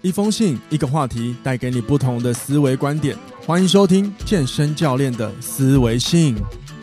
一封信，一个话题，带给你不同的思维观点。欢迎收听健身教练的思维信。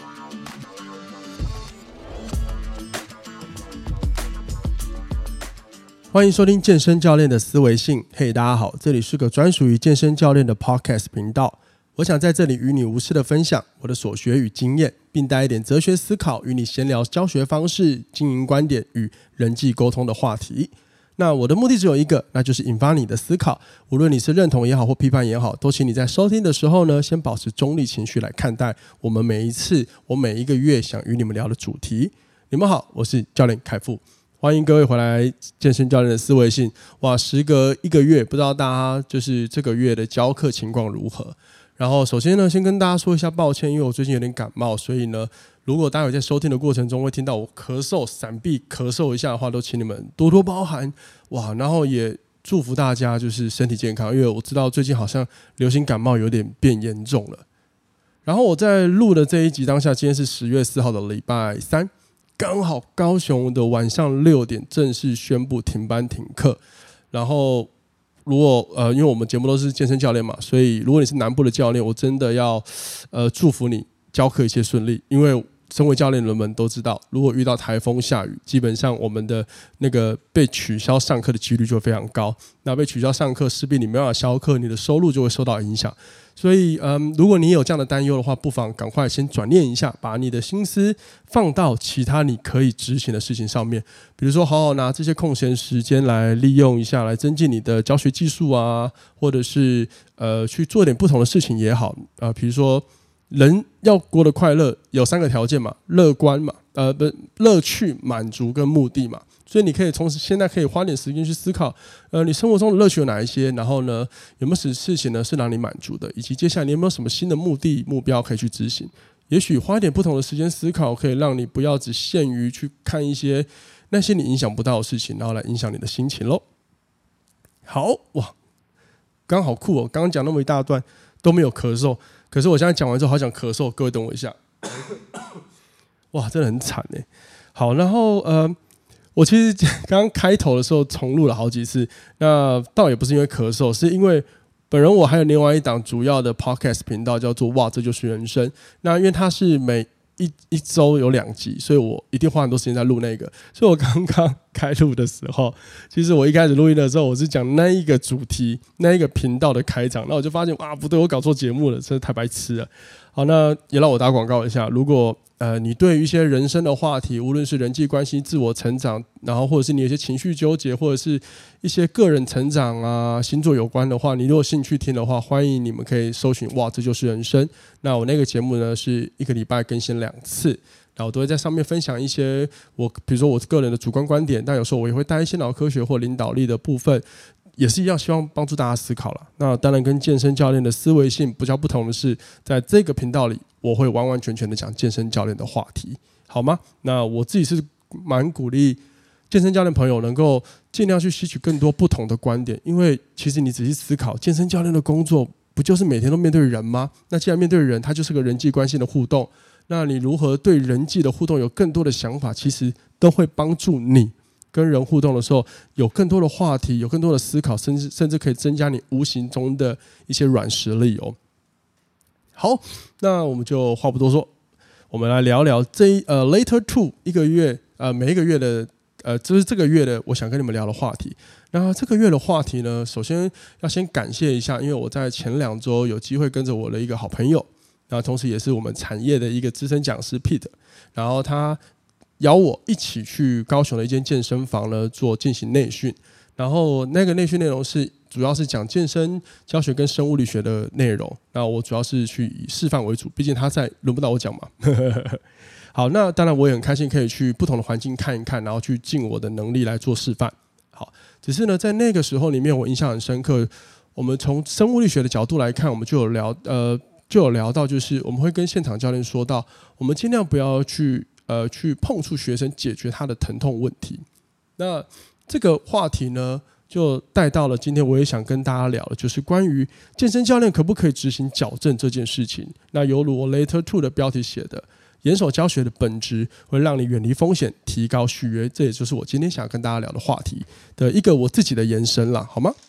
欢迎收听健身教练的思维信。嘿，大家好，这里是个专属于健身教练的 Podcast 频道。我想在这里与你无私的分享我的所学与经验，并带一点哲学思考，与你闲聊教学方式、经营观点与人际沟通的话题。那我的目的只有一个，那就是引发你的思考。无论你是认同也好或批判也好，都请你在收听的时候呢，先保持中立情绪来看待我们每一个月想与你们聊的主题。你们好，我是教练凯富，欢迎各位回来健身教练的思维信。哇，时隔一个月，不知道大家就是这个月的教课情况如何？然后首先呢，先跟大家说一下抱歉，因为我最近有点感冒，所以呢，如果大家有在收听的过程中会听到我咳嗽、闪避咳嗽一下的话，都请你们多多包涵。哇，然后也祝福大家就是身体健康，因为我知道最近好像流行感冒有点变严重了。然后我在录的这一集当下，今天是10月4号的礼拜三，刚好高雄的晚上6点正式宣布停班停课。然后如果因为我们节目都是健身教练嘛，所以如果你是南部的教练，我真的要祝福你教课一切顺利，因为身为教练人们都知道，如果遇到台风下雨，基本上我们的那个被取消上课的几率就非常高。那被取消上课，势必你没办法销课，你的收入就会受到影响。所以如果你有这样的担忧的话，不妨赶快先转念一下，把你的心思放到其他你可以执行的事情上面，比如说好好拿这些空闲时间来利用一下，来增进你的教学技术啊，或者是去做点不同的事情也好。比如说人要过得快乐有3个条件嘛，乐观嘛，乐趣、满足跟目的嘛。所以你可以从现在可以花点时间去思考，你生活中的乐趣有哪一些？然后呢，有没有什么事情呢是让你满足的？以及接下来你有没有什么新的目的、目标可以去执行？也许花一点不同的时间思考，可以让你不要只限于去看一些那些你影响不到的事情，然后来影响你的心情咯。好哇，刚好酷哦！刚刚讲那么一大段都没有咳嗽，可是我现在讲完之后好想咳嗽，各位等我一下。哇，真的很惨耶。好，然后我其实刚刚开头的时候重录了好几次，那倒也不是因为咳嗽，是因为本人我还有另外一档主要的 podcast 频道叫做哇这就是人生。那因为它是每一周有2集，所以我一定花很多时间在录那个。所以我刚刚开录的时候，其实我一开始录音的时候，我是讲那一个主题、那一个频道的开场，那我就发现哇不对，我搞错节目了，真的太白痴了。好，那也让我打广告一下，如果你对于一些人生的话题，无论是人际关系、自我成长，然后或者是你有些情绪纠结，或者是一些个人成长啊、星座有关的话，你如果有兴趣听的话，欢迎你们可以搜寻哇这就是人生。那我那个节目呢是1个礼拜更新2次，然后我都会在上面分享一些比如说我个人的主观观点，但有时候我也会带一些脑科学或领导力的部分，也是一样，希望帮助大家思考啦。那当然跟健身教练的思维性比较不同的是，在这个频道里我会完完全全的讲健身教练的话题，好吗？那我自己是蛮鼓励健身教练朋友能够尽量去吸取更多不同的观点，因为其实你仔细思考，健身教练的工作不就是每天都面对人吗？那既然面对人，它就是个人际关系的互动，那你如何对人际的互动有更多的想法，其实都会帮助你跟人互动的时候有更多的话题，有更多的思考，甚至可以增加你无形中的一些软实力哦。好，那我们就话不多说，我们来聊聊Later 2一个月每一个月的就是这个月的我想跟你们聊的话题。那这个月的话题呢，首先要先感谢一下，因为我在前2周有机会跟着我的一个好朋友，那同时也是我们产业的一个资深讲师 Pete， 然后他邀我一起去高雄的一间健身房呢进行内训，然后那个内训内容主要是讲健身教学跟生物力学的内容，那我主要是以示范为主，毕竟他在轮不到我讲嘛。好，那当然我也很开心可以去不同的环境看一看，然后去尽我的能力来做示范。好，只是呢在那个时候里面我印象很深刻，我们从生物力学的角度来看，我们就有聊到，就是我们会跟现场教练说到，我们尽量不要去碰触学生，解决他的疼痛问题。那这个话题呢就带到了今天我也想跟大家聊的，就是关于健身教练可不可以执行矫正这件事情。那犹如我 Later 2的标题写的，严守教学的本质会让你远离风险，提高续约，这也就是我今天想跟大家聊的话题的一个我自己的延伸啦，好吗？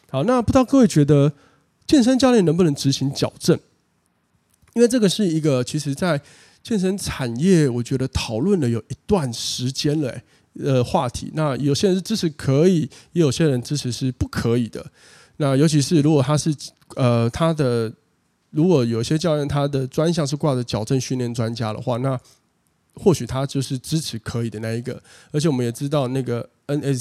好，那不知道各位觉得健身教练能不能执行矫正？因为这个是一个其实在健身产业我觉得讨论了有一段时间了话题。那有些人是支持可以，也有些人支持是不可以的。那尤其是如果他是如果有些教练他的专项是挂着矫正训练专家的话，那或许他就是支持可以的那一个。而且我们也知道那个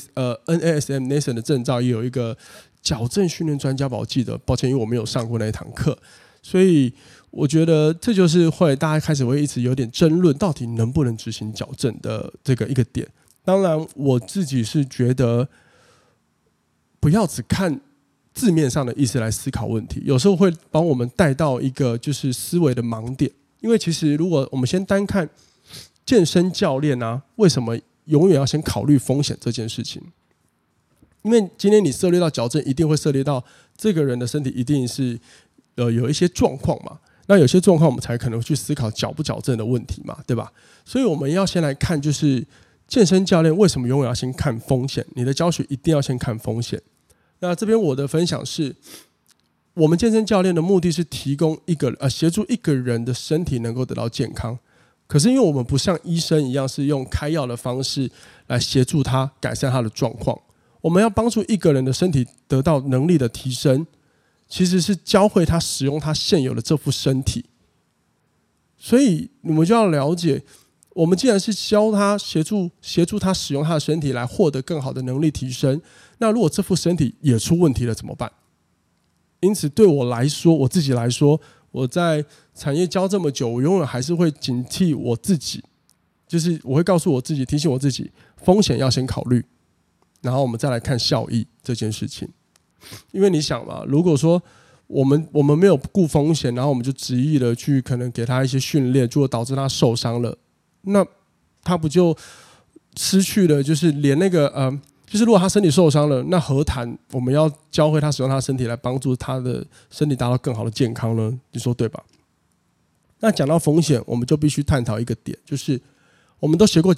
NASM NASM 的证照也有一个矫正训练专家吧，我记得，抱歉，因为我没有上过那一堂课，所以我觉得这就是会大家开始会一直有点争论，到底能不能执行矫正的这个一个点。当然，我自己是觉得不要只看字面上的意思来思考问题，有时候会帮我们带到一个就是思维的盲点。因为其实如果我们先单看健身教练啊，为什么永远要先考虑风险这件事情？因为今天你涉猎到矫正，一定会涉猎到这个人的身体一定是有一些状况嘛。那有些状况我们才可能去思考矫不矫正的问题嘛，对吧？所以我们要先来看，就是健身教练为什么永远要先看风险？你的教学一定要先看风险。那这边我的分享是，我们健身教练的目的是提供协助一个人的身体能够得到健康。可是因为我们不像医生一样是用开药的方式来协助他改善他的状况，我们要帮助一个人的身体得到能力的提升，其实是教会他使用他现有的这副身体。所以你们就要了解，我们既然是教他协助他使用他的身体来获得更好的能力提升，那如果这副身体也出问题了怎么办？因此对我自己来说，我在产业教这么久，我永远还是会警惕我自己，就是我会告诉我自己，提醒我自己，风险要先考虑，然后我们再来看效益这件事情。因为你想嘛，如果说我们没有顾风险，然后我们就执意的去可能给他一些训练，结果导致他受伤了，那他不就失去了就是连那个就是如果他身体受伤了，那何谈我们要教会他使用他的身体来帮助他的身体达到更好的健康呢？你说对吧？那讲到风险，我们就必须探讨一个点，就是我们都学过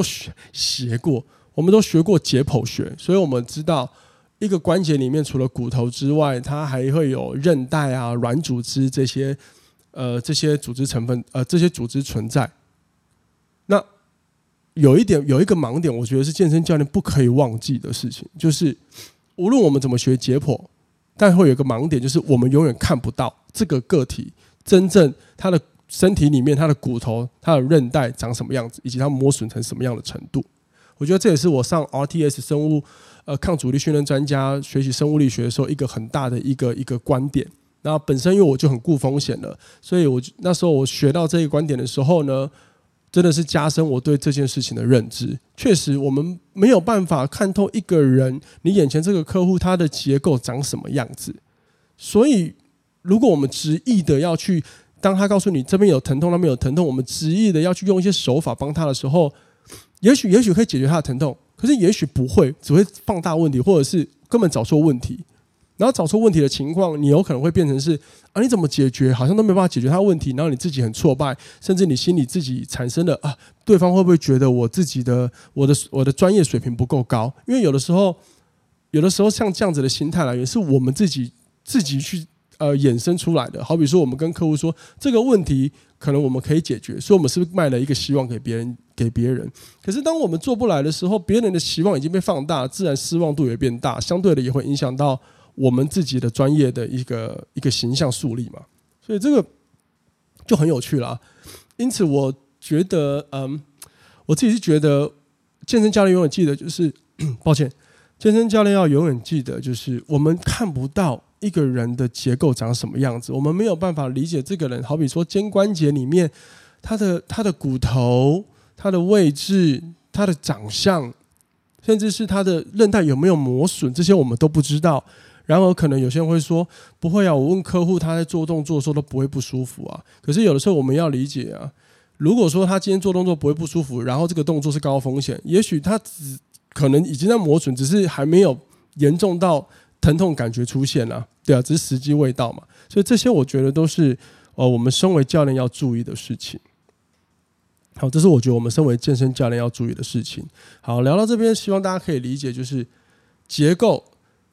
解剖学，所以我们知道一个关节里面除了骨头之外，它还会有韧带啊、软组织这些组织成分这些组织存在。那有一个盲点，我觉得是健身教练不可以忘记的事情，就是无论我们怎么学解剖，但会有一个盲点，就是我们永远看不到这个个体真正他的身体里面他的骨头、他的韧带长什么样子，以及它磨损成什么样的程度。我觉得这也是我上 RTS 生物抗阻力训练专家学习生物力学的时候一个很大的一个观点。那本身因为我就很顾风险了，所以那时候我学到这个观点的时候呢，真的是加深我对这件事情的认知。确实我们没有办法看透一个人你眼前这个客户他的结构长什么样子，所以如果我们执意的要去，当他告诉你这边有疼痛那边有疼痛，我们执意的要去用一些手法帮他的时候，也许可以解决他的疼痛，可是也许不会，只会放大问题，或者是根本找错问题。然后找错问题的情况，你有可能会变成是你怎么解决，好像都没办法解决他的问题，然后你自己很挫败，甚至你心里自己产生了对方会不会觉得我的专业水平不够高？因为有的时候像这样子的心态来源是我们自己去衍生出来的。好比说我们跟客户说这个问题可能我们可以解决，所以我们是不是卖了一个希望给别人？可是当我们做不来的时候，别人的希望已经被放大，自然失望度也变大，相对的也会影响到我们自己的专业的一个形象树立嘛。所以这个就很有趣啦。因此我觉得我自己是觉得健身教练永远记得就是抱歉，健身教练要永远记得就是我们看不到一个人的结构长什么样子，我们没有办法理解这个人，好比说肩关节里面他的骨头、他的位置、他的长相，甚至是他的韧带有没有磨损，这些我们都不知道。然而可能有些人会说不会啊，我问客户他在做动作的时候都不会不舒服啊。可是有的时候我们要理解啊，如果说他今天做动作不会不舒服，然后这个动作是高风险，也许他可能已经在磨损，只是还没有严重到疼痛感觉出现啊，对啊，只是时机未到嘛。所以这些我觉得都是我们身为教练要注意的事情。好，这是我觉得我们身为健身教练要注意的事情。好，聊到这边，希望大家可以理解，就是结构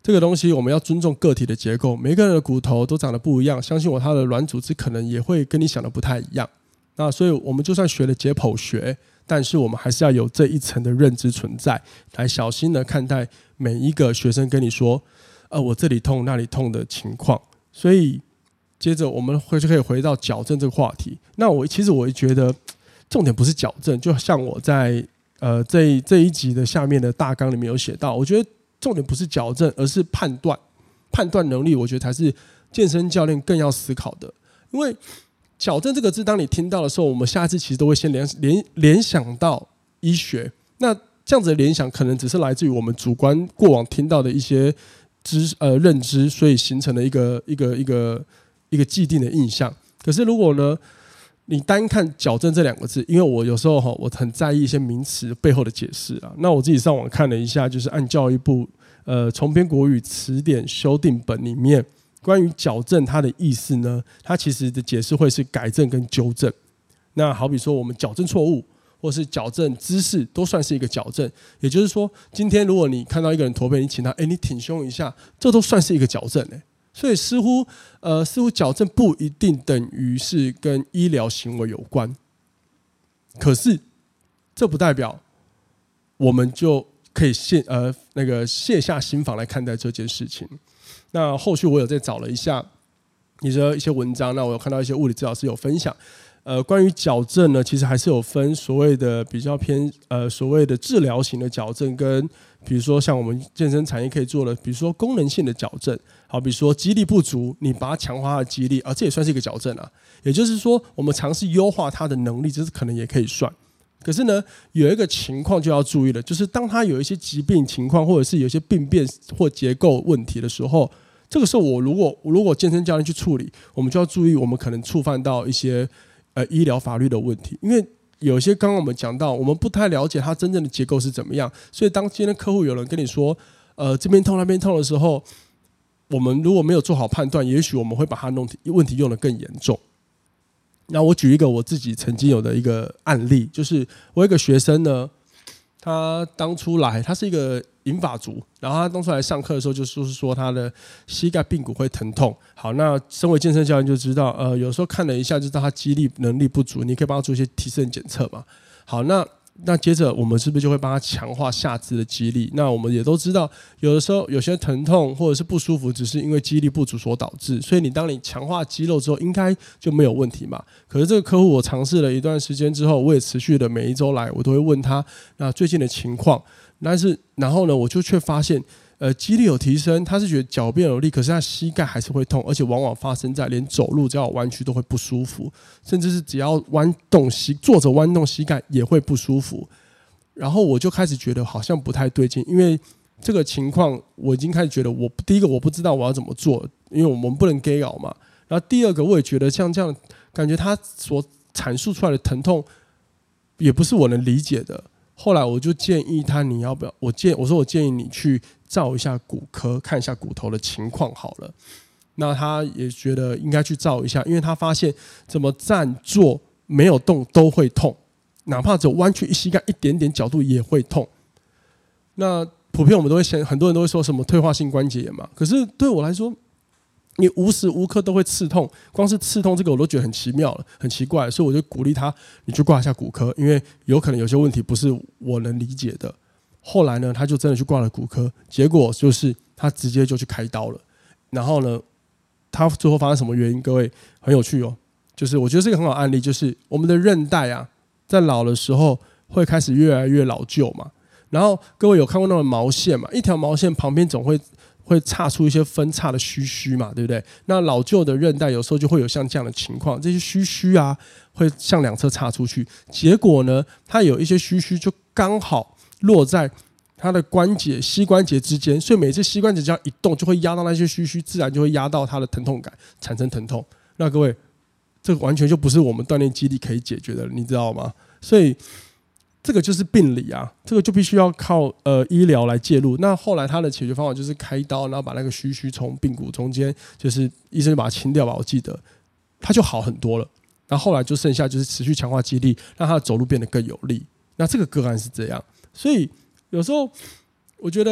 这个东西我们要尊重个体的结构，每个人的骨头都长得不一样，相信我，他的软组织可能也会跟你想的不太一样。那所以我们就算学了解剖学，但是我们还是要有这一层的认知存在，来小心的看待每一个学生跟你说我这里痛那里痛的情况。所以接着我们就可以回到矫正这个话题。那其实我觉得重点不是矫正，就像我在这一集的下面的大纲里面有写到，我觉得重点不是矫正，而是判断能力，我觉得才是健身教练更要思考的。因为矫正这个字，当你听到的时候，我们下次其实都会先联想到医学。那这样子的联想，可能只是来自于我们主观过往听到的一些认知，所以形成的一个既定的印象。可是如果呢，你单看矫正这两个字，因为我有时候我很在意一些名词背后的解释啊。那我自己上网看了一下，就是按教育部重编国语词典修订本里面，关于矫正它的意思呢，它其实的解释会是改正跟纠正。那好比说我们矫正错误，或是矫正姿势，都算是一个矫正。也就是说，今天如果你看到一个人驼背，你请他，你挺胸一下，这都算是一个矫正。所以似乎矫正不一定等于是跟医疗行为有关。可是这不代表我们就可以卸下心防来看待这件事情。那后续我有在找了一下一些文章，那我有看到一些物理治疗师有分享，关于矫正呢，其实还是有分所谓的比较偏所谓的治疗型的矫正，跟比如说像我们健身产业可以做的，比如说功能性的矫正，好比说肌力不足，你把它强化它的肌力这也算是一个矫正啊。也就是说，我们尝试优化它的能力，这是可能也可以算。可是呢，有一个情况就要注意了，就是当它有一些疾病情况，或者是有一些病变或结构问题的时候，这个时候我如果健身教练去处理，我们就要注意，我们可能触犯到一些医疗法律的问题。因为有些刚刚我们讲到，我们不太了解它真正的结构是怎么样，所以当今天客户有人跟你说这边痛那边痛的时候，我们如果没有做好判断，也许我们会把它问题用得更严重。那我举一个我自己曾经有的一个案例，就是我有一个学生呢，他当初来，他是一个银发族，然后他当初来上课的时候，就是说他的膝盖髌骨会疼痛。好，那身为健身教练就知道，有时候看了一下就知道他肌力能力不足，你可以帮他做一些提升检测嘛。好，那接着我们是不是就会帮他强化下肢的肌力？那我们也都知道，有的时候有些疼痛或者是不舒服，只是因为肌力不足所导致。所以当你强化肌肉之后，应该就没有问题嘛。可是这个客户我尝试了一段时间之后，我也持续的每一周来，我都会问他那最近的情况。然后呢，我就却发现，肌力有提升，他是觉得脚变有力，可是他膝盖还是会痛，而且往往发生在连走路只要有弯曲都会不舒服，甚至是只要坐着弯动膝盖也会不舒服。然后我就开始觉得好像不太对劲，因为这个情况我已经开始觉得第一个我不知道我要怎么做，因为我们不能给稿嘛。然后第二个我也觉得像这样，感觉他所阐述出来的疼痛也不是我能理解的。后来我就建议他，你要不要？我建议你去照一下骨科，看一下骨头的情况好了。那他也觉得应该去照一下，因为他发现怎么站坐没有动都会痛，哪怕只有弯曲膝盖一点点角度也会痛。那普遍我们都会很多人都会说什么退化性关节炎嘛，可是对我来说，你无时无刻都会刺痛，光是刺痛这个我都觉得很奇妙了，很奇怪，所以我就鼓励他，你去挂一下骨科，因为有可能有些问题不是我能理解的。后来呢，他就真的去挂了骨科，结果就是他直接就去开刀了。然后呢，他最后发生什么原因？各位很有趣哦，就是我觉得是一个很好的案例，就是我们的韧带啊，在老的时候会开始越来越老旧嘛。然后各位有看过那种毛线嘛？一条毛线旁边总会岔出一些分叉的须须嘛，对不对？那老旧的韧带有时候就会有像这样的情况，这些须须啊会向两侧岔出去，结果呢，它有一些须须就刚好落在它的膝关节之间，所以每次膝关节只要一动，就会压到那些须须，自然就会压到它的疼痛感，产生疼痛。那各位，这个完全就不是我们锻炼肌力可以解决的，你知道吗？所以这个就是病理啊，这个就必须要靠医疗来介入。那后来他的解决方法就是开刀，然后把那个须须从髌骨中间，就是医生就把它清掉吧，我记得他就好很多了。然后后来就剩下就是持续强化肌力，让他的走路变得更有力。那这个个案是这样，所以有时候我觉得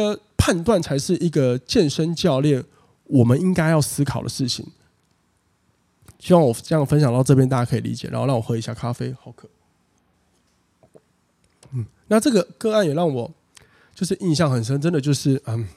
判断才是一个健身教练我们应该要思考的事情。希望我这样分享到这边大家可以理解，然后让我喝一下咖啡，好渴。那这个个案也让我就是印象很深，真的就是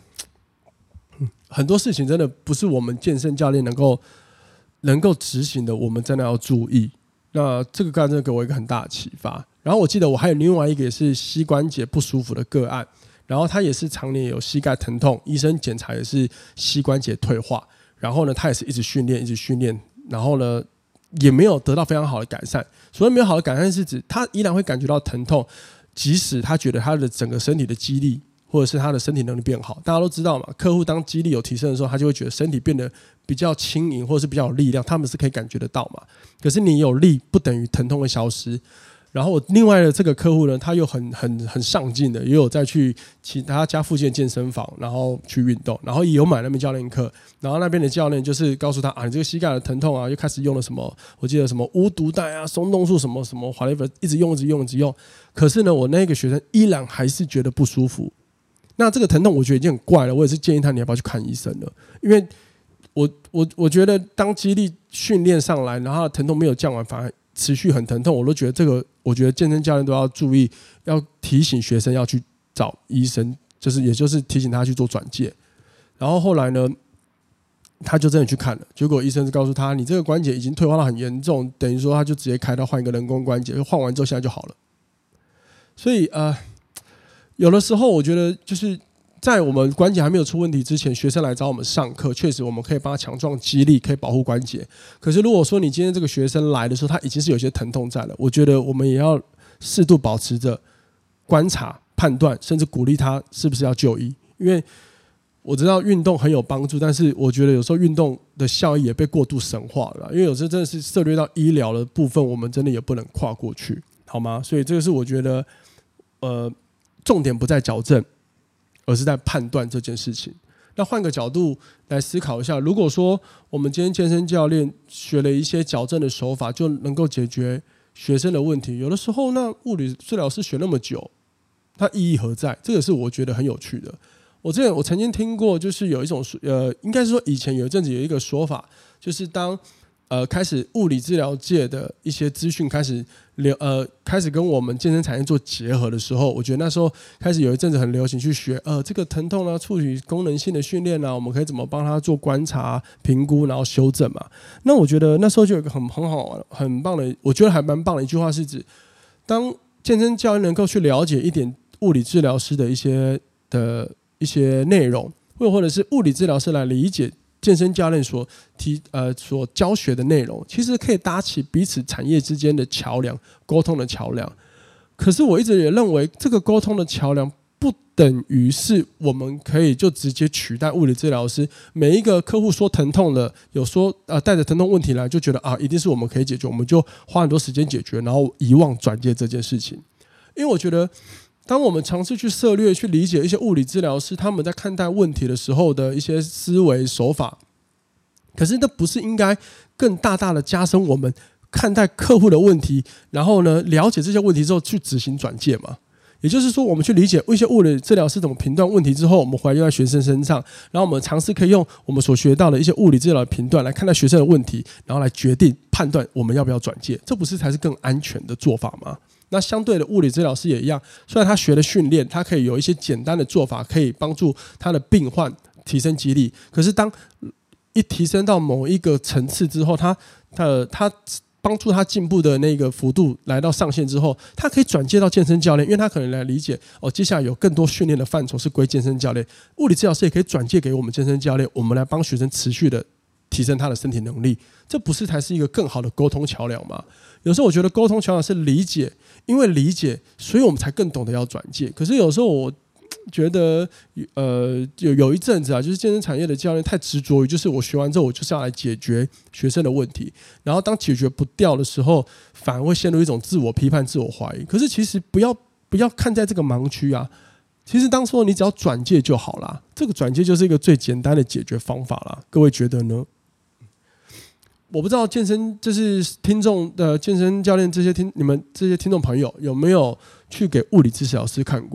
很多事情真的不是我们健身教练能够执行的，我们真的要注意。那这个个案真的给我一个很大的启发。然后我记得我还有另外一个也是膝关节不舒服的个案，然后他也是常年有膝盖疼痛，医生检查也是膝关节退化，然后呢他也是一直训练，然后呢也没有得到非常好的改善。所谓没有好的改善是指他依然会感觉到疼痛，即使他觉得他的整个身体的肌力或者是他的身体能力变好。大家都知道嘛，客户当肌力有提升的时候，他就会觉得身体变得比较轻盈或者是比较有力量，他们是可以感觉得到嘛。可是你有力不等于疼痛会消失。然后另外的这个客户呢，他又很上进的，也有再去其他家附近的健身房，然后去运动，然后也有买那边教练课，然后那边的教练就是告诉他你这个膝盖的疼痛啊，又开始用了什么，我记得什么无毒带啊、松动素什么什么 whatever， 一直用。可是呢，我那个学生依然还是觉得不舒服。那这个疼痛我觉得已经很怪了，我也是建议他你要不要去看医生了，因为我觉得当肌力训练上来，然后他的疼痛没有降完，反而持续很疼痛，我都觉得这个，我觉得健身教练都要注意，要提醒学生要去找医生，也就是提醒他去做转介。然后后来呢，他就真的去看了，结果医生是告诉他，你这个关节已经退化到很严重，等于说他就直接开刀换一个人工关节，换完之后现在就好了。所以有的时候我觉得就是在我们关节还没有出问题之前，学生来找我们上课，确实我们可以帮他强壮肌力，可以保护关节。可是如果说你今天这个学生来的时候，他已经是有些疼痛在了，我觉得我们也要适度保持着观察、判断，甚至鼓励他是不是要就医。因为我知道运动很有帮助，但是我觉得有时候运动的效益也被过度神化了，因为有时候真的是涉猎到医疗的部分，我们真的也不能跨过去，好吗？所以这个是我觉得重点不在矫正，而是在判断这件事情。那换个角度来思考一下，如果说我们今天健身教练学了一些矫正的手法，就能够解决学生的问题，有的时候那物理治疗师学那么久，它意义何在？这个是我觉得很有趣的。我曾经听过，就是有一种应该是说以前有一阵子有一个说法，就是当开始物理治疗界的一些资讯开始跟我们健身产业做结合的时候，我觉得那时候开始有一阵子很流行去学这个疼痛啊、处理功能性的训练啊，我们可以怎么帮他做观察、评估，然后修正嘛。那我觉得那时候就有一个很好、很棒的，我觉得还蛮棒的一句话是指，当健身教练能够去了解一点物理治疗师的一些内容，或者是物理治疗师来理解健身教练所教学的内容，其实可以搭起彼此产业之间的桥梁，沟通的桥梁。可是我一直也认为，这个沟通的桥梁不等于是我们可以就直接取代物理治疗师。每一个客户说疼痛了，有说带着疼痛问题来，就觉得一定是我们可以解决，我们就花很多时间解决，然后遗忘转介这件事情。因为我觉得，当我们尝试去涉略、去理解一些物理治疗师他们在看待问题的时候的一些思维手法，可是那不是应该更大大的加深我们看待客户的问题，然后呢了解这些问题之后去执行转介吗？也就是说，我们去理解一些物理治疗师怎么评断问题之后，我们回来用在学生身上，然后我们尝试可以用我们所学到的一些物理治疗的评断来看待学生的问题，然后来决定判断我们要不要转介，这不是才是更安全的做法吗？那相对的，物理治疗师也一样，虽然他学的训练，他可以有一些简单的做法，可以帮助他的病患提升肌力。可是当一提升到某一个层次之后，他帮助他进步的那个幅度来到上限之后，他可以转介到健身教练，因为他可能来理解接下来有更多训练的范畴是归健身教练，物理治疗师也可以转介给我们健身教练，我们来帮学生持续的提升他的身体能力，这不是才是一个更好的沟通桥梁吗？有时候我觉得沟通桥梁是理解，因为理解，所以我们才更懂得要转介。可是有时候我觉得，有一阵子就是健身产业的教练太执着于，就是我学完之后我就是要来解决学生的问题，然后当解决不掉的时候，反而会陷入一种自我批判、自我怀疑。可是其实不要看在这个盲区啊。其实当初你只要转介就好啦，这个转介就是一个最简单的解决方法啦。各位觉得呢？我不知道就是听众的健身教练你们这些听众朋友有没有去给物理治疗师看过？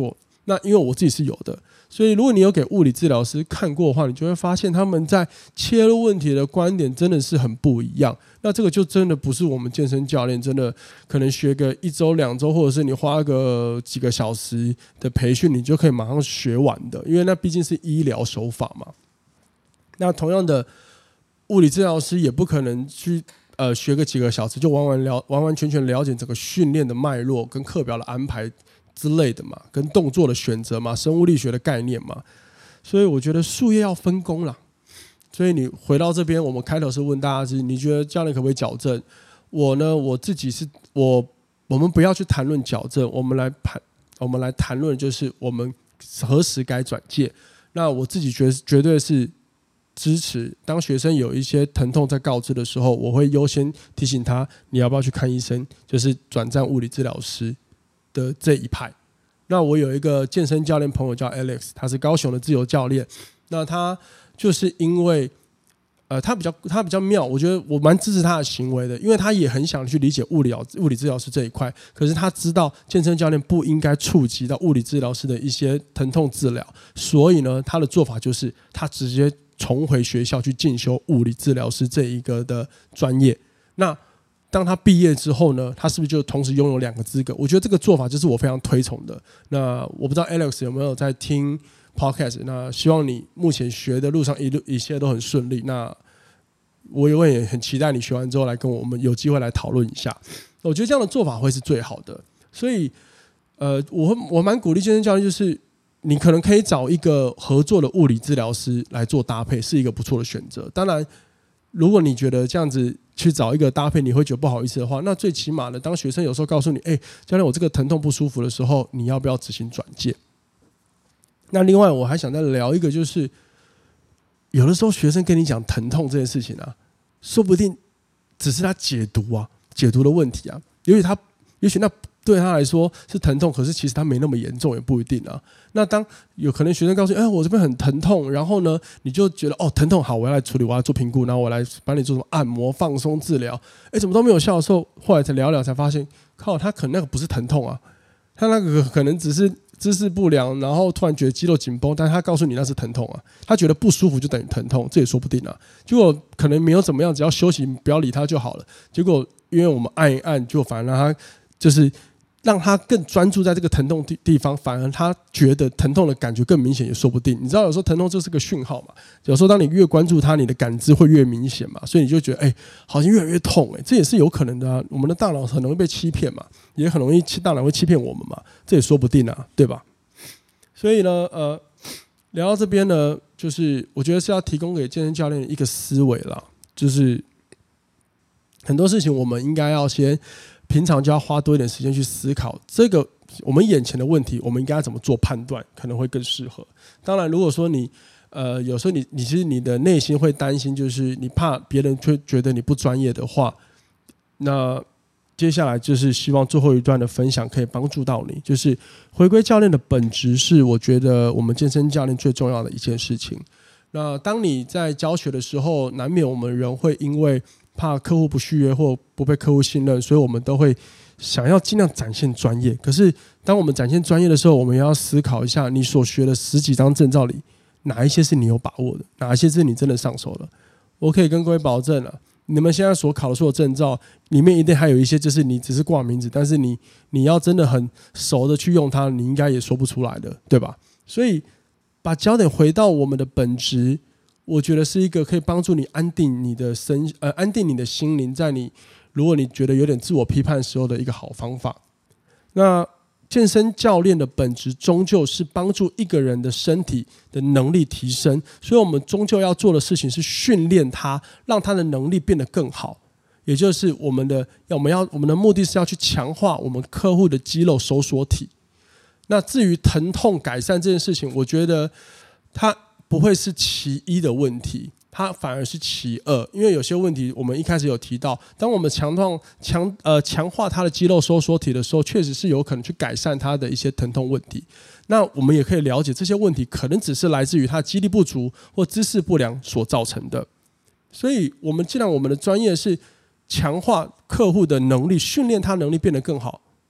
那因为我自己是有的，所以如果你有给物理治疗师看过的话，你就会发现他们在切入问题的观点真的是很不一样。那这个就真的不是我们健身教练真的可能学个1周2周，或者是你花个几个小时的培训，你就可以马上学完的，因为那毕竟是医疗手法嘛。那同样的，物理治疗师也不可能去学个几个小时就完完全全了解整个训练的脉络跟课表的安排之类的嘛，跟动作的选择嘛，生物力学的概念嘛。所以我觉得术业要分工啦。所以你回到这边，我们开头是问大家是你觉得教练可不可以矫正？我呢，我自己是我们不要去谈论矫正，我们来谈论就是我们何时该转介。那我自己绝对是支持，当学生有一些疼痛在告知的时候，我会优先提醒他你要不要去看医生，就是转战物理治疗师的这一派。那我有一个健身教练朋友叫 Alex， 他是高雄的自由教练。那他就是因为他比较妙，我觉得我蛮支持他的行为的，因为他也很想去理解物理治疗师这一块，可是他知道健身教练不应该触及到物理治疗师的一些疼痛治疗，所以呢，他的做法就是他直接重回学校去进修物理治疗师这一个的专业。那当他毕业之后呢，他是不是就同时拥有2个资格？我觉得这个做法就是我非常推崇的。那我不知道 Alex 有没有在听 Podcast， 那希望你目前学的路上一切都很顺利。那我也很期待你学完之后来跟我们有机会来讨论一下。我觉得这样的做法会是最好的。所以我蛮鼓励健身教练，就是你可能可以找一个合作的物理治疗师来做搭配，是一个不错的选择。当然，如果你觉得这样子去找一个搭配你会觉得不好意思的话，那最起码的，当学生有时候告诉你，教练我这个疼痛不舒服的时候，你要不要执行转介？那另外我还想再聊一个，就是有的时候学生跟你讲疼痛这件事情啊，说不定只是他解读的问题啊，也许那对他来说是疼痛，可是其实他没那么严重，也不一定啊。那当有可能学生告诉你，我这边很疼痛，然后呢，你就觉得疼痛好，我要来处理，我要做评估，然后我来帮你做什么按摩、放松治疗，怎么都没有效的时候，后来才聊聊才发现，靠，他可能那个不是疼痛啊，他那个可能只是姿势不良，然后突然觉得肌肉紧绷，但是他告诉你那是疼痛啊，他觉得不舒服就等于疼痛，这也说不定啊。结果可能没有怎么样，只要休息不要理他就好了。结果因为我们按一按，就反而让他就是让他更专注在这个疼痛地方，反而他觉得疼痛的感觉更明显也说不定。你知道有时候疼痛就是个讯号嘛，有时候当你越关注它，你的感知会越明显嘛，所以你就觉得好像越来越痛这也是有可能的啊。我们的大脑很容易被欺骗嘛，也很容易大脑会欺骗我们嘛，这也说不定啊，对吧？所以呢，聊到这边呢，就是我觉得是要提供给健身教练一个思维啦，就是很多事情我们应该要先平常就要花多一点时间去思考，这个我们眼前的问题，我们应该怎么做判断，可能会更适合。当然，如果说你有时候你其实你的内心会担心，就是你怕别人会觉得你不专业的话，那接下来就是希望最后一段的分享可以帮助到你。就是回归教练的本质是我觉得我们健身教练最重要的一件事情。那当你在教学的时候，难免我们人会因为怕客户不续约或不被客户信任，所以我们都会想要尽量展现专业。可是当我们展现专业的时候，我们也要思考一下，你所学的10几张证照里，哪一些是你有把握的，哪一些是你真的上手了。我可以跟各位保证了，你们现在所考的所有证照里面，一定还有一些就是你只是挂名字，但是你要真的很熟的去用它，你应该也说不出来的，对吧？所以把焦点回到我们的本质，我觉得是一个可以帮助你安定你的心灵，在你如果你觉得有点自我批判的时候的一个好方法。那健身教练的本质终究是帮助一个人的身体的能力提升，所以我们终究要做的事情是训练他，让他的能力变得更好。也就是我们的目的是要去强化我们客户的肌肉收缩体。那至于疼痛改善这件事情，我觉得它不会是其一的问题，它反而是其二。因为有些问题我们一开始有提到，当我们强化它的肌肉收缩体的时候，确实是有可能去改善它的一些疼痛问题。那我们也可以了解，这些问题可能只是来自于它的肌力不足或姿势不良所造成的。所以既然我们的专业是强化客户的能力，训练他能力变得更好，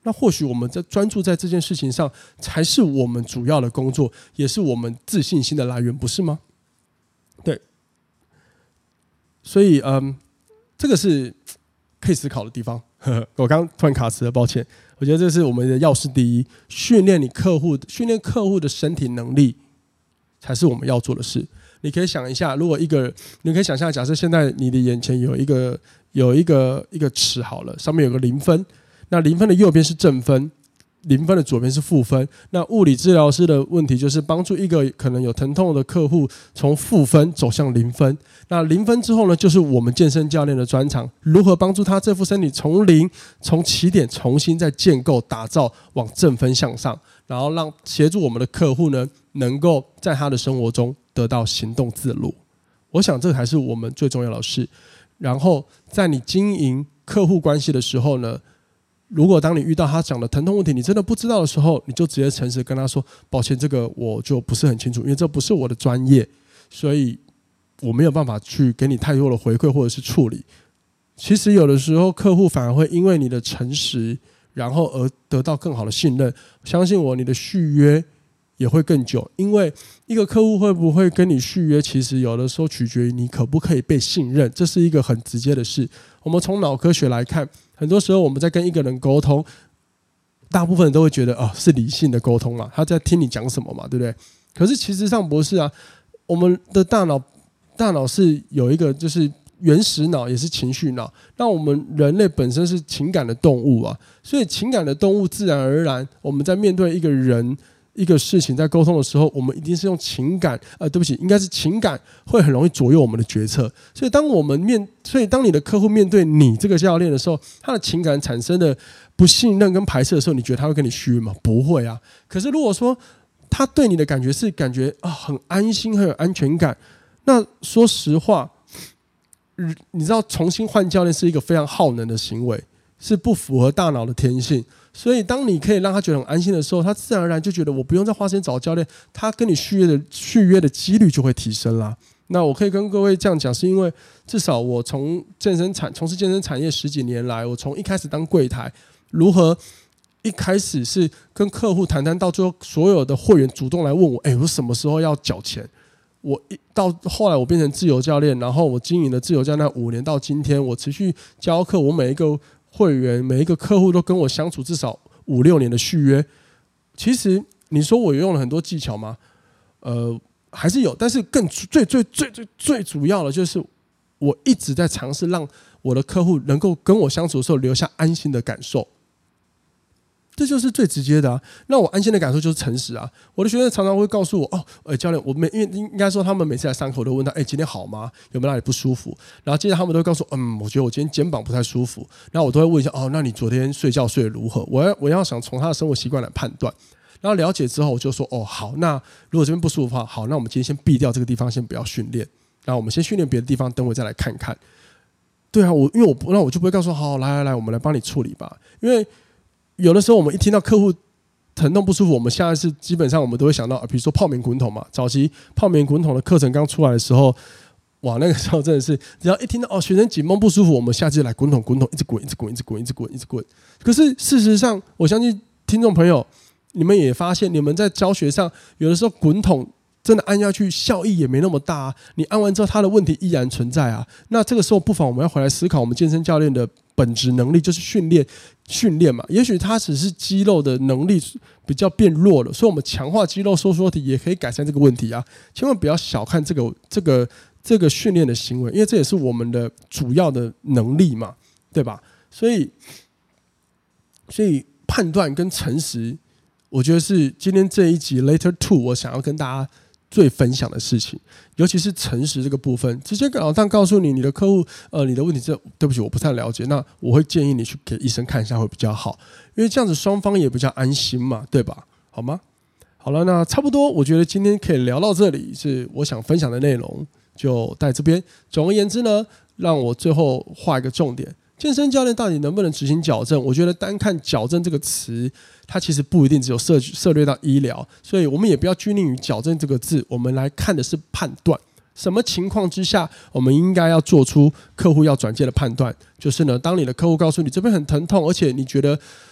那或许我们在专注在这件事情上，才是我们主要的工作，也是我们自信心的来源，不是吗？对，所以这个是可以思考的地方。我刚刚突然卡词了，抱歉。我觉得这是我们的要事第一，训练客户的身体能力，才是我们要做的事。你可以想一下，如果你可以想象，假设现在你的眼前有一个尺好了，上面有个0分，那0分的右边是正分，0分的左边是负分。那物理治疗师的问题就是帮助一个可能有疼痛的客户从负分走向0分。那0分之后呢，就是我们健身教练的专长，如何帮助他这副身体从起点重新再建构打造往正分向上，然后协助我们的客户呢，能够在他的生活中得到行动自如。我想这才是我们最重要的事。然后在你经营客户关系的时候呢，如果当你遇到他讲的疼痛问题，你真的不知道的时候，你就直接诚实跟他说，抱歉，这个我就不是很清楚，因为这不是我的专业，所以我没有办法去给你太多的回馈或者是处理。其实有的时候客户反而会因为你的诚实，然后而得到更好的信任。相信我，你的续约也会更久，因为一个客户会不会跟你续约，其实有的时候取决于你可不可以被信任，这是一个很直接的事。我们从脑科学来看，很多时候我们在跟一个人沟通，大部分人都会觉得是理性的沟通嘛，他在听你讲什么嘛，对不对？可是其实上不是啊，我们的大脑是有一个就是原始脑，也是情绪脑。那我们人类本身是情感的动物啊，所以情感的动物自然而然，我们在面对一个人一个事情在沟通的时候，我们一定是用情感，对不起，应该是情感会很容易左右我们的决策。所以当你的客户面对你这个教练的时候，他的情感产生的不信任跟排斥的时候，你觉得他会跟你续约吗？不会啊。可是如果说他对你的感觉是感觉很安心，很有安全感，那说实话，你知道重新换教练是一个非常耗能的行为，是不符合大脑的天性。所以当你可以让他觉得很安心的时候，他自然而然就觉得我不用再花时间找教练，他跟你续约的几率就会提升啦。那我可以跟各位这样讲，是因为至少我从事健身产业10几年来，我从一开始当柜台，如何一开始是跟客户谈到最后所有的会员主动来问我，我什么时候要缴钱？我到后来我变成自由教练，然后我经营了自由教练5年，到今天我持续教课，我每一个会员每一个客户都跟我相处至少5、6年的续约。其实你说我用了很多技巧吗？还是有，但是最主要的就是我一直在尝试让我的客户能够跟我相处的时候留下安心的感受。这就是最直接的啊。那我安心的感受就是诚实啊。我的学生常常会告诉我，教练，因为应该说他们每次来上课，我都问他，今天好吗？有没有哪里不舒服？然后接着他们都会告诉我，我觉得我今天肩膀不太舒服。然后我都会问一下，那你昨天睡觉睡得如何？我要想从他的生活习惯来判断。然后了解之后，我就说，好，那如果这边不舒服的话，好，那我们今天先避掉这个地方，先不要训练。然后我们先训练别的地方，等我再来看看。对啊，因为我就不会告诉好，来，我们来帮你处理吧，因为有的时候我们一听到客户疼痛不舒服，我们现在是基本上我们都会想到，比如说泡棉滚筒嘛。早期泡棉滚筒的课程刚出来的时候，哇，那个时候真的是只要一听到学生紧绷不舒服，我们下次就来滚筒，一直滚。可是事实上，我相信听众朋友，你们也发现，你们在教学上有的时候滚筒真的按下去效益也没那么大啊。你按完之后，他的问题依然存在啊。那这个时候不妨我们要回来思考，我们健身教练的本质能力就是训练嘛。也许他只是肌肉的能力比较变弱了，所以我们强化肌肉收缩体也可以改善这个问题啊。千万不要小看这个训练的行为，因为这也是我们的主要的能力嘛，对吧？所以判断跟诚实，我觉得是今天这一集 Later 2我想要跟大家最分享的事情，尤其是诚实这个部分，直接老大告诉你的客户，你的问题对不起，我不太了解，那我会建议你去给医生看一下会比较好，因为这样子双方也比较安心嘛，对吧？好吗？好了，那差不多，我觉得今天可以聊到这里，是我想分享的内容，就在这边。总而言之呢，让我最后画一个重点。健身教练到底能不能执行矫正？我觉得单看矫正这个词，它其实不一定只有涉猎到医疗，所以我们也不要拘泥于矫正这个字，我们来看的是判断。什么情况之下，我们应该要做出客户要转介的判断？就是呢，当你的客户告诉你这边很疼痛，而且你觉得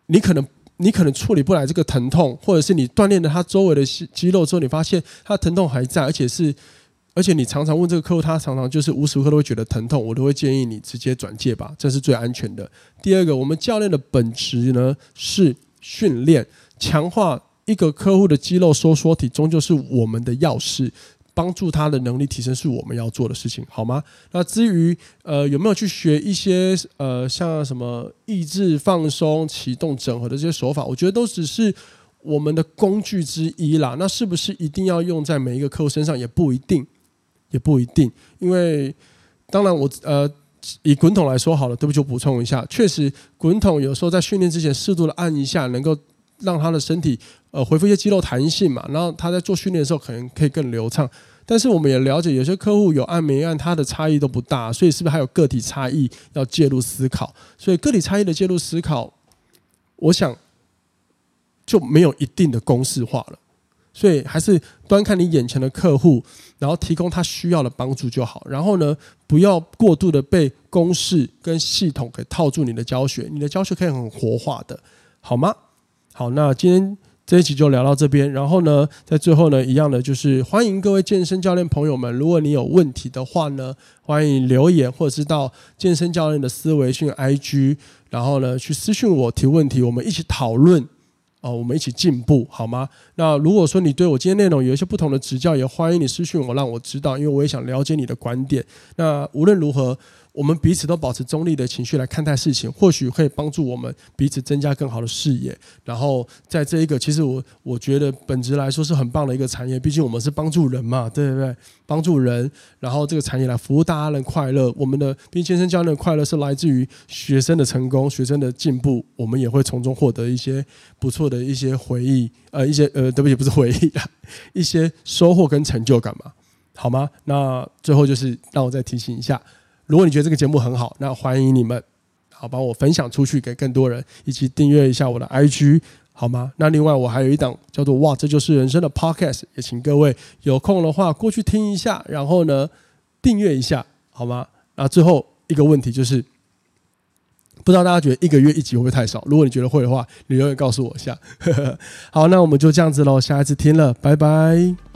你可能处理不来这个疼痛，或者是你锻炼了他周围的肌肉之后，你发现他的疼痛还在，而且你常常问这个客户，他常常就是无时无刻都会觉得疼痛，我都会建议你直接转介吧，这是最安全的。第二个，我们教练的本质呢是训练，强化一个客户的肌肉收缩体，终究是我们的要事。帮助他的能力提升是我们要做的事情，好吗？那至于有没有去学一些像什么抑制、放松、启动、整合的这些手法，我觉得都只是我们的工具之一啦。那是不是一定要用在每一个客户身上？也不一定，因为当然以滚筒来说好了，对不起，我补充一下，确实滚筒有时候在训练之前适度的按一下，能够让他的身体恢复一些肌肉弹性嘛，然后他在做训练的时候可能可以更流畅。但是我们也了解，有些客户有按没按，他的差异都不大，所以是不是还有个体差异要介入思考？所以个体差异的介入思考，我想就没有一定的公式化了。所以还是端看你眼前的客户，然后提供他需要的帮助就好。然后呢，不要过度的被公式跟系统给套住你的教学，你的教学可以很活化的，好吗？好，那今天这一集就聊到这边，然后呢，在最后呢，一样的就是欢迎各位健身教练朋友们，如果你有问题的话呢，欢迎留言或者是到健身教练的思维训 IG， 然后呢去私讯我提问题，我们一起讨论我们一起进步，好吗？那如果说你对我今天内容有一些不同的指教，也欢迎你私讯我，让我知道，因为我也想了解你的观点。那无论如何，我们彼此都保持中立的情绪来看待事情，或许可以帮助我们彼此增加更好的视野。然后在这一个，其实我觉得本质来说是很棒的一个产业，毕竟我们是帮助人嘛，对不对？帮助人，然后这个产业来服务大家的快乐。我们的毕竟健身教练的快乐是来自于学生的成功、学生的进步，我们也会从中获得一些不错的一些回忆，对不起，不是回忆啦，一些收获跟成就感嘛，好吗？那最后就是让我再提醒一下。如果你觉得这个节目很好，那欢迎你们好帮我分享出去给更多人，以及订阅一下我的 IG， 好吗？那另外我还有一档叫做哇这就是人生的 Podcast， 也请各位有空的话过去听一下，然后呢订阅一下，好吗？那最后一个问题就是，不知道大家觉得1个月1集会不会太少？如果你觉得会的话，你留言告诉我一下。好，那我们就这样子咯，下一次听了，拜拜。